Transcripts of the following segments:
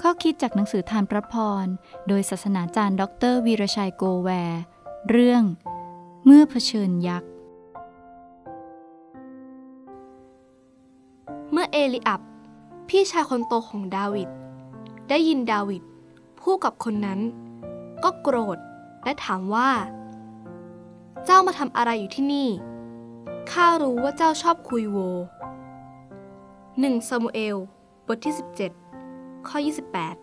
ข้อคิดจากหนังสือทานพระพรโดยศาสนาจารย์ดร.วีรชัยโกแวร์เรื่องเมื่อเผชิญยักษ์เมื่อเอลิอับพี่ชายคนโตของดาวิดได้ยินดาวิดพูดกับคนนั้นก็โกรธและถามว่าเจ้ามาทำอะไรอยู่ที่นี่ข้ารู้ว่าเจ้าชอบคุยโว1 ซามูเอลบทที่17ข้อ28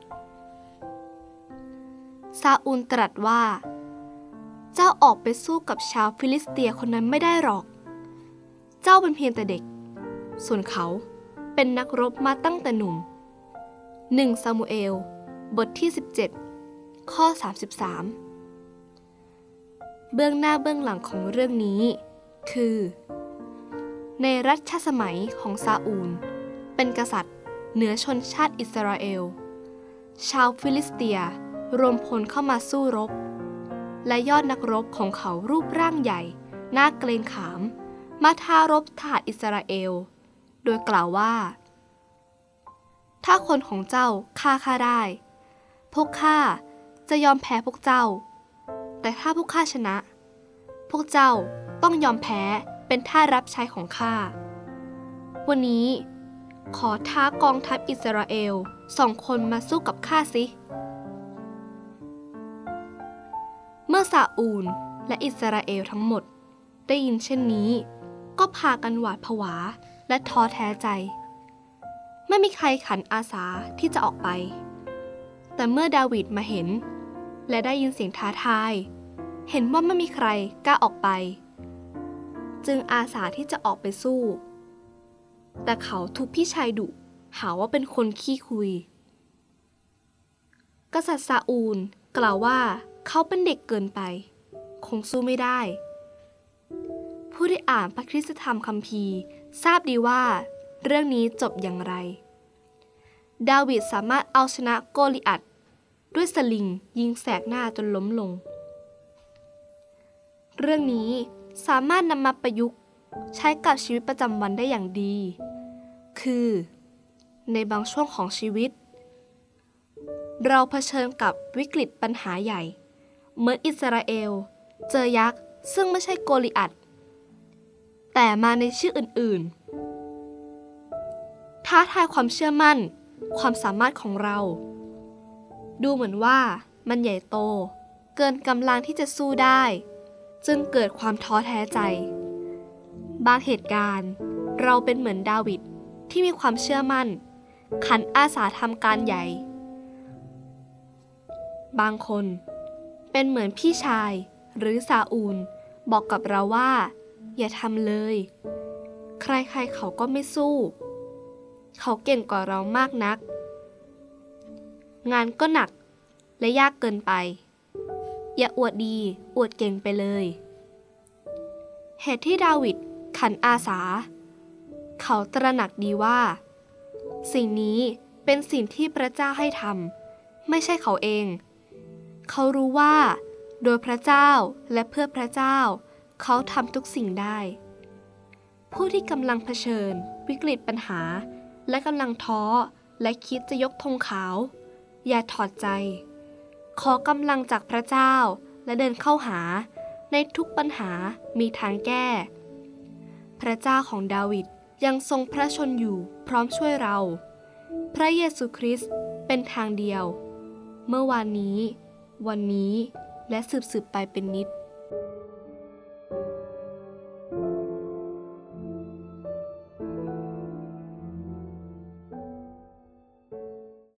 ซาอูลตรัสว่าเจ้าออกไปสู้กับชาวฟิลิสเตียคนนั้นไม่ได้หรอกเจ้าเป็นเพียงแต่เด็กส่วนเขาเป็นนักรบมาตั้งแต่หนุ่ม1 ซามูเอลบทที่17ข้อ33เบื้องหน้าเบื้องหลังของเรื่องนี้คือในรัชสมัยของซาอูลเป็นกษัตริย์เหนือชนชาติอิสราเอลชาวฟิลิสเตียรวมพลเข้ามาสู้รบและยอดนักรบของเขารูปร่างใหญ่น่าเกรงขามมาท้ารบทหารอิสราเอลโดยกล่าวว่าถ้าคนของเจ้าฆ่าข้าได้พวกข้าจะยอมแพ้พวกเจ้าแต่ถ้าพวกข้าชนะพวกเจ้าต้องยอมแพ้เป็นทาสรับใช้ของข้าวันนี้ขอท้ากองทัพอิสราเอล2 คนมาสู้กับข้าสิเมื่อซาอูลและอิสราเอลทั้งหมดได้ยินเช่นนี้ก็พากันหวาดผวาและท้อแท้ใจไม่มีใครขันอาสาที่จะออกไปแต่เมื่อดาวิดมาเห็นและได้ยินเสียงท้าทายเห็นว่าไม่มีใครกล้าออกไปจึงอาสาที่จะออกไปสู้แต่เขาถูกพี่ชายดุหาว่าเป็นคนขี้คุยกษัตริย์ซาอูลกล่าวว่าเขาเป็นเด็กเกินไปคงสู้ไม่ได้ผู้ที่อ่านพระคริสตธรรมคัมภีร์ทราบดีว่าเรื่องนี้จบอย่างไรดาวิดสามารถเอาชนะโกลิอัทด้วยสลิงยิงแสกหน้าจนล้มลงเรื่องนี้สามารถนำมาประยุกต์ใช้กับชีวิตประจำวันได้อย่างดีคือในบางช่วงของชีวิตเราเผชิญกับวิกฤตปัญหาใหญ่เหมือนอิสราเอลเจอยักษ์ซึ่งไม่ใช่โกลิอัทแต่มาในชื่ออื่นๆท้าทายความเชื่อมั่นความสามารถของเราดูเหมือนว่ามันใหญ่โตเกินกำลังที่จะสู้ได้จึงเกิดความท้อแท้ใจบางเหตุการณ์เราเป็นเหมือนดาวิดที่มีความเชื่อมั่นขันอาสาทำการใหญ่บางคนเป็นเหมือนพี่ชายหรือซาอูลบอกกับเราว่าอย่าทำเลยใครๆเขาก็ไม่สู้เขาเก่งกว่าเรามากนักงานก็หนักและยากเกินไปอย่าอวดดีอวดเก่งไปเลยเหตุที่ดาวิดขันอาสาเขาตระหนักดีว่าสิ่งนี้เป็นสิ่งที่พระเจ้าให้ทำไม่ใช่เขาเองเขารู้ว่าโดยพระเจ้าและเพื่อพระเจ้าเขาทำทุกสิ่งได้ผู้ที่กำลังเผชิญวิกฤตปัญหาและกำลังท้อและคิดจะยกธงขาวอย่าถอดใจขอกำลังจากพระเจ้าและเดินเข้าหาในทุกปัญหามีทางแก้พระเจ้าของดาวิดยังทรงพระชนอยู่พร้อมช่วยเราพระเยซูคริสต์เป็นทางเดียวเมื่อวานนี้วันนี้และสืบไปเป็นนิจ